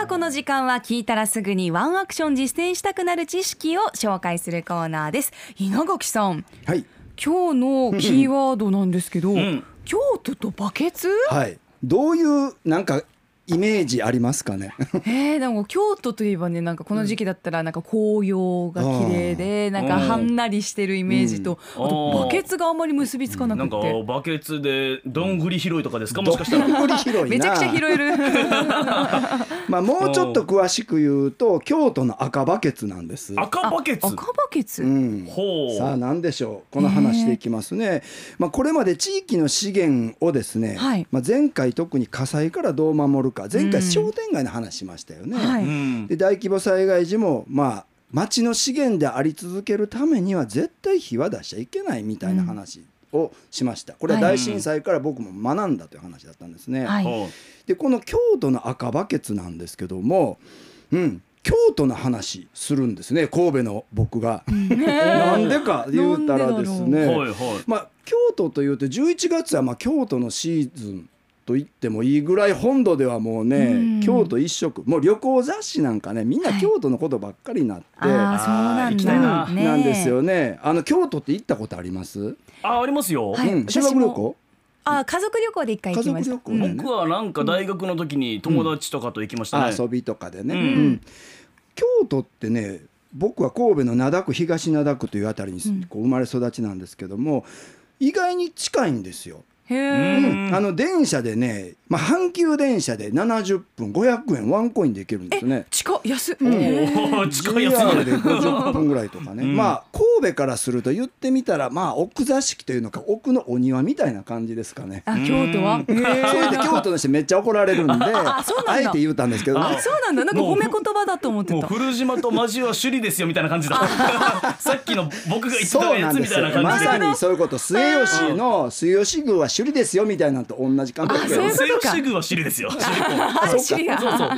この時間は聞いたらすぐにワンアクション実践したくなる知識を紹介するコーナーです。稲垣さん、 はい、 今日のキーワードなんですけど、京都とバケツ、 はい、どういうなんかイメージありますかね。 なんか京都といえばね、なんかこの時期だったらなんか紅葉が綺麗でなんかはんなりしてるイメージと、あとバケツがあんまり結びつかなくて、 なんかバケツでどんぐり拾いとかですか、もしかしたら。 どんぐり拾いな、 めちゃくちゃ拾えるまあもうちょっと詳しく言うと京都の赤バケツなんです。 赤バケツ、 赤バケツ、 ほう。 さあ何でしょう、この話していきますね。これまで地域の資源をですね、前回特に火災からどう守るか、前回商店街の話しましたよね。で大規模災害時も町の資源であり続けるためには絶対火は出しちゃいけないみたいな話をしました。これは大震災から僕も学んだという話だったんですね。でこの京都の赤バケツなんですけども、京都の話するんですね、神戸の僕が。なんでか言うたらですね、京都というと11月は京都のシーズンと言ってもいいぐらい本土ではもうね、京都一色、もう旅行雑誌なんかね、みんな京都のことばっかりになって、 行きたいな、 なんですよね。京都って行ったことあります？ ありますよ。 修学旅行？ 家族旅行で一回行きました。 僕はなんか大学の時に友達とかと行きましたね。 遊びとかでね。京都ってね、僕は神戸の灘区、東灘区というあたりに生まれ育ちなんですけども、意外に近いんですよ。電車でね、阪急電車で70分500円ワンコインで行けるんですね。 安っ。 近いやつ。 JR で50分ぐらいとかね。神戸からすると言ってみたら奥座敷というのか奥のお庭みたいな感じですかね。 京都はそれで京都の人めっちゃ怒られるんであえて言うたんですけどね。 そうなんだ、なんか褒め言葉だと思ってた。 もう古島と真珠は首里ですよみたいな感じだ。さっきの僕が言ってたやつみたいな感じで、 まさにそういうこと。末吉の末吉宮は首里ですよみたいなのと同じ感覚で、 末吉宮は首里ですよ。 沖縄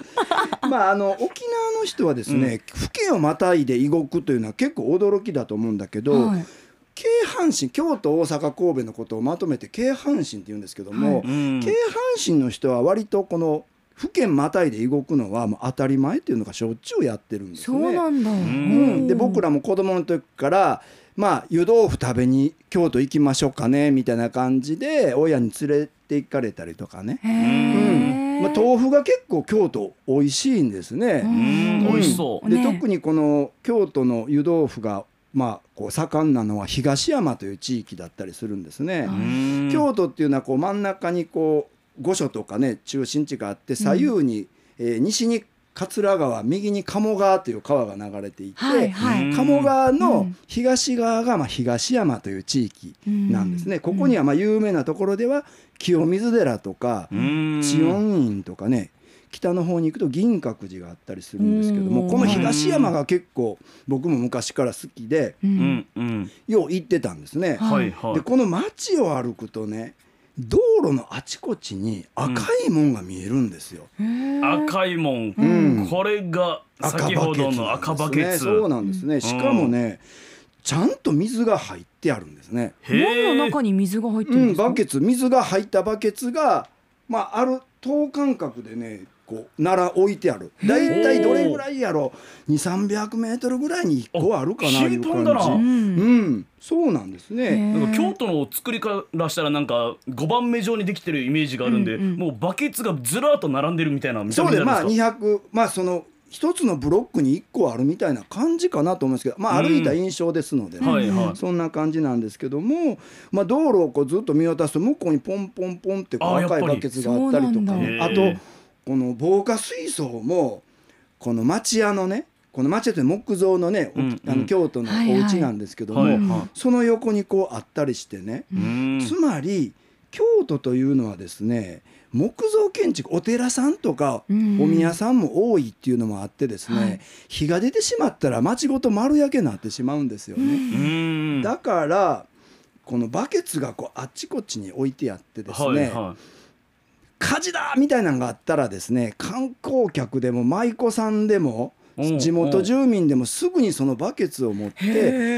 の人はですね、府県をまたいで異国というのは結構驚きだと思うんだけど、京阪神、京都大阪神戸のことをまとめて京阪神って言うんですけども、京阪神の人は割とこの府県またいで異国のはもう当たり前っていうのがしょっちゅうやってるんですね。 そうなんだ。 で僕らも子供の時から湯豆腐食べに京都行きましょうかねみたいな感じで親に連れて行かれたりとかね。豆腐が結構京都美味しいんですね。 美味しそう。 で特にこの京都の湯豆腐がこう盛んなのは東山という地域だったりするんですね。京都っていうのはこう真ん中にこう御所とかね中心地があって、左右に、西に桂川、右に鴨川という川が流れていて、鴨川の東側が東山という地域なんですね。ここには有名なところでは清水寺とか知恩院とかね、北の方に行くと銀閣寺があったりするんですけども、この東山が結構僕も昔から好きでよう行ってたんですね。でこの街を歩くとね、道路のあちこちに赤い門が見えるんですよ。 赤い門、これが先ほどの赤バケツ。 そうなんですね。しかもね、ちゃんと水が入ってあるんですね。 門の中に水が入ってるんですか？ バケツ、水が入ったバケツがある等間隔でねこう置いてある。だいたいどれぐらいやろ、200-300メートルぐらいに1個あるかないう感じ。そうなんですね。 なんか京都の作りからしたらなんか5番目状にできてるイメージがあるんで、もうバケツがずらっと並んでるみたいな見た目じゃないですか。 そうでその一つのブロックに1個あるみたいな感じかなと思うんですけど、歩いた印象ですのでね、そんな感じなんですけども、道路をこうずっと見渡すと向こうにポンポンポンって赤いバケツがあったりとか、あとこの防火水槽もこの町屋のね、この町屋って木造のね、京都のお家なんですけども、その横にこうあったりしてね、つまり京都というのはですね、木造建築、お寺さんとかお宮さんも多いっていうのもあってですね、火が出てしまったら町ごと丸焼けになってしまうんですよね。だからこのバケツがこうあっちこっちに置いてあってですね、火事だみたいなのがあったらですね、観光客でも舞妓さんでも地元住民でもすぐにそのバケツを持って駆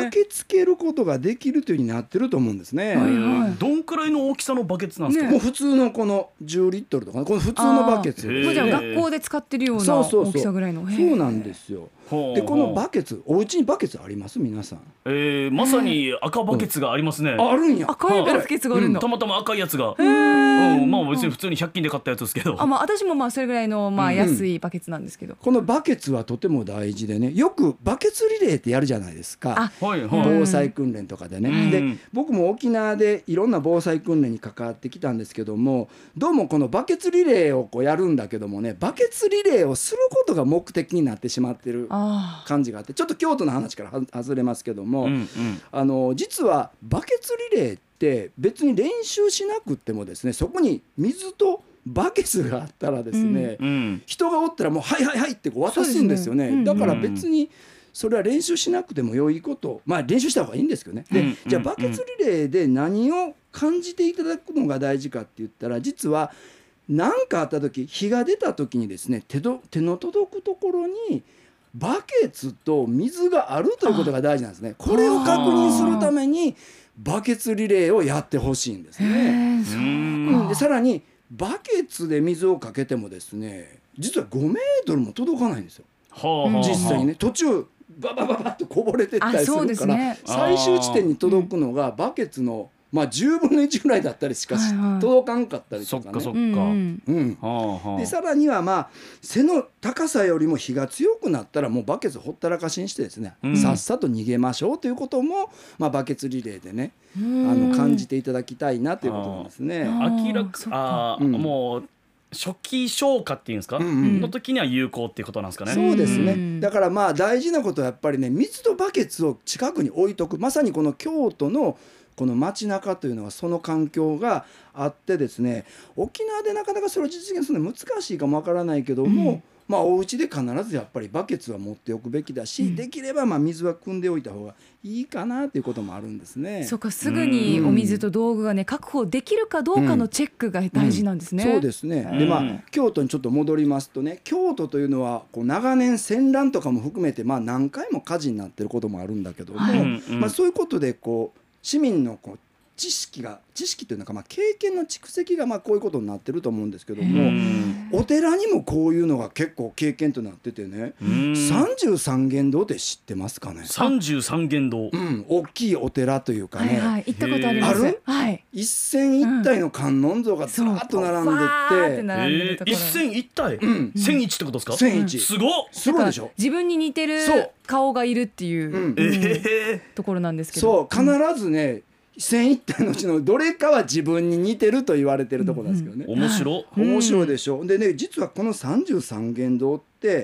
けつけることができるという風になってると思うんですね。 どんくらいの大きさのバケツなんですか？ もう普通のこの10リットルとかこの普通のバケツ、 もうじゃあ学校で使ってるような大きさぐらいの。 そうなんですよ。でこのバケツ、お家にバケツあります皆さん？ まさに赤バケツがありますね。 あるんや。 赤いバケツがあるんだ。 たまたま赤いやつが。まあ別に普通に100均で買ったやつですけど。 まあ私もまあそれぐらいのまあ安いバケツなんですけど。 このバケツはとても大事でね、よくバケツリレーってやるじゃないですか。防災訓練とかでね。で僕も沖縄でいろんな防災訓練に関わってきたんですけども、どうもこのバケツリレーをこうやるんだけどもね、バケツリレーをすることが目的になってしまってる感じがあって、ちょっと京都の話から外れますけども、実はバケツリレーって別に練習しなくってもですね、そこに水とバケツがあったらですね、人がおったらもうはいはいはいってこう渡すんですよね。だから別にそれは練習しなくても良いこと、まあ練習した方がいいんですけどね。でじゃあバケツリレーで何を感じていただくのが大事かって言ったら、実は何かあった時、火が出た時にですね、手の届くところにバケツと水があるということが大事なんですね。これを確認するためにバケツリレーをやってほしいんですね。でさらにバケツで水をかけてもですね、実は5メートルも届かないんですよ。実際にね、途中ババババッとこぼれてったりするから、最終地点に届くのがバケツのまあ10分の1ぐらいだったりしか届かんかったりとかね。でさらにはまあ背の高さよりも火が強くなったらもうバケツほったらかしにしてですね、さっさと逃げましょうということも、まあバケツリレーでね感じていただきたいなということなんですね。 明らかもう初期消火っていうんですか、の時には有効っていうことなんですかね。 そうですね。だからまあ大事なことはやっぱりね、水とバケツを近くに置いとく。まさにこの京都のこの街中というのはその環境があってですね、沖縄でなかなかそれを実現するのは難しいかもわからないけども、まあお家で必ずやっぱりバケツは持っておくべきだし、できればまあ水は汲んでおいた方がいいかなということもあるんですね。 そうか、すぐにお水と道具がね確保できるかどうかのチェックが大事なんですね。 そうですね。でまあ京都にちょっと戻りますとね、京都というのはこう長年戦乱とかも含めてまあ何回も火事になってることもあるんだけども、まあそういうことでこう市民のこう知識というのか、まあ経験の蓄積がまあこういうことになってると思うんですけども、お寺にもこういうのが結構経験となっててね、33間堂って知ってますかね。 33間堂、 大きいお寺というかね、 行ったことあります。 一線一体の観音像がずらっと並んでて、 一線一体、1001ってことですか。 1001、 すごいでしょ。 自分に似てる顔がいるっていうところなんですけど、 そう必ずね線一体のうちのどれかは自分に似てると言われてるところなんですけどね。面白いでしょ。でね、実はこの33間堂って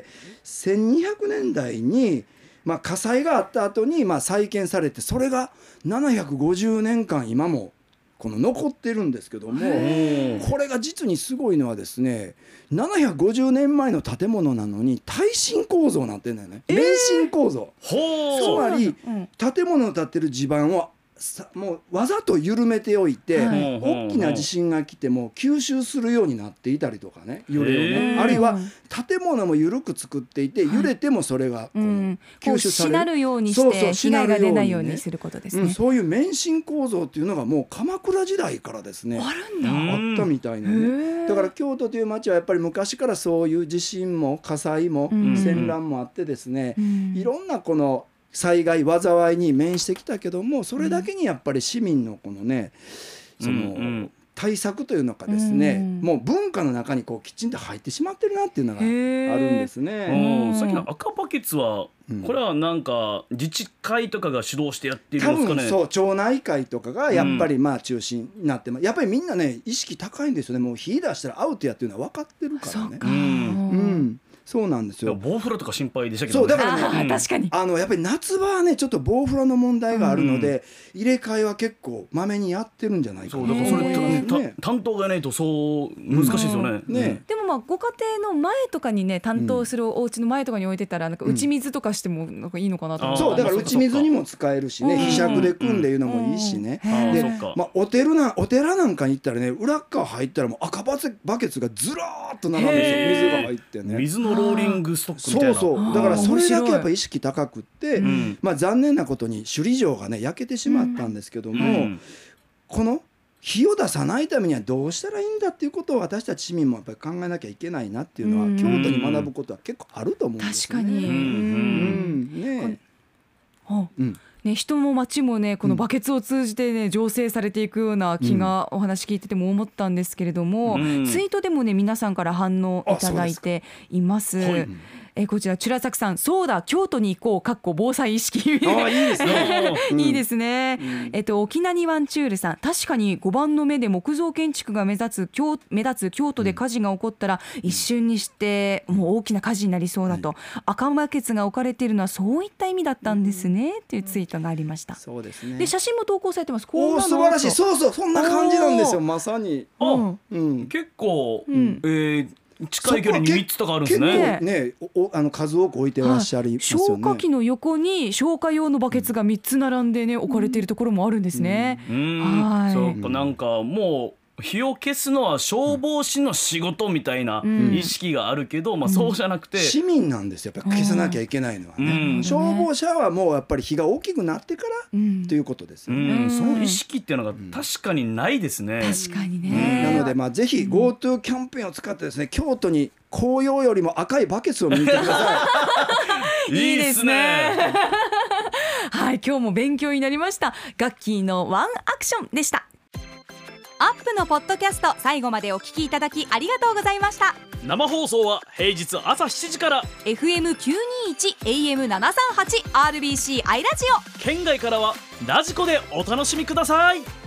1200年代にまあ火災があった後にまあ再建されて、それが750年間今もこの残ってるんですけども、これが実にすごいのはですね、750年前の建物なのに耐震構造になってんだよね。免震構造。つまり建物の建ってる地盤をもうわざと緩めておいて、大きな地震が来ても吸収するようになっていたりとかね、揺れをね、あるいは建物も緩く作っていて、揺れてもそれが吸収される、 しなるようにして被害が出ないようにすることですね。 そういう免震構造っていうのがもう鎌倉時代からですねあったみたいなね。だから京都という町はやっぱり昔からそういう地震も火災も戦乱もあってですね、いろんなこの災害災いに面してきたけども、それだけにやっぱり市民のこのね、その対策というのかですね、もう文化の中にこうきちんと入ってしまってるなっていうのがあるんですね。 さっきの赤バケツはこれはなんか自治会とかが主導してやっているんですかね。 多分そう、町内会とかがやっぱりまあ中心になってます。やっぱりみんなね意識高いんですよね。もう火出したらアウトやっていうのは分かってるからね。そうなんですよ。 ボウフラとか心配でしたけどね。 そうだからね、 確かにやっぱり夏場はねちょっとボウフラの問題があるので、入れ替えは結構まめにやってるんじゃないかな。 そうだからそれ担当がないとそう難しいですよね。 でももご家庭の前とかにね担当するお家の前とかに置いてたらなんか打ち水とかしてもなんかいいのかなと思って、 そうだから打ち水にも使えるしね、ひしゃくで組んでいうのもいいしね。で、お寺なんかに行ったらね、裏側入ったらもう赤バケツがずらーっと並ぶんですよ、水が入ってね。 水のローリングストックみたいな。 そうだからそれだけやっぱ意識高くって、残念なことに首里城がね焼けてしまったんですけども、この火を出さないためにはどうしたらいいんだっていうことを私たち市民もやっぱり考えなきゃいけないなっていうのは、京都に学ぶことは結構あると思うんですよね。 確かに、ね、人も町もねこのバケツを通じてね醸成されていくような気がお話聞いてても思ったんですけれども、ツイートでもね皆さんから反応いただいています。こちらチュラサクさん、そうだ京都に行こうかっこ防災意識いいですねいいですね。沖縄にワンチュールさん、確かに5番の目で木造建築が目立つ京都で火事が起こったら一瞬にしてもう大きな火事になりそうだと、赤バケツが置かれているのはそういった意味だったんですねというツイートがありました。 そうですね。 で写真も投稿されてます。 素晴らしい。そうそんな感じなんですよ、まさに。 結構近い距離に3つとかあるんですね。 結構ね数多く置いてらっしゃりますよね。 消火器の横に消火用のバケツが3つ並んでね置かれているところもあるんですね。 そうか、なんかもう火を消すのは消防士の仕事みたいな意識があるけど、そうじゃなくて市民なんですよ、やっぱり消さなきゃいけないのはね。消防車はもうやっぱり火が大きくなってからということですよね。 その意識っていうのが確かにないですね。 確かにね。 なのでぜひ GoTo キャンペーンを使ってですね、京都に紅葉よりも赤いバケツを見に行ってください。いいですね。はい、今日も勉強になりました。ガッキーのワンアクションでした。アップのポッドキャスト、最後までお聞きいただきありがとうございました。 生放送は平日朝7時から FM921 AM738 RBC アイラジオ、 県外からはラジコでお楽しみください。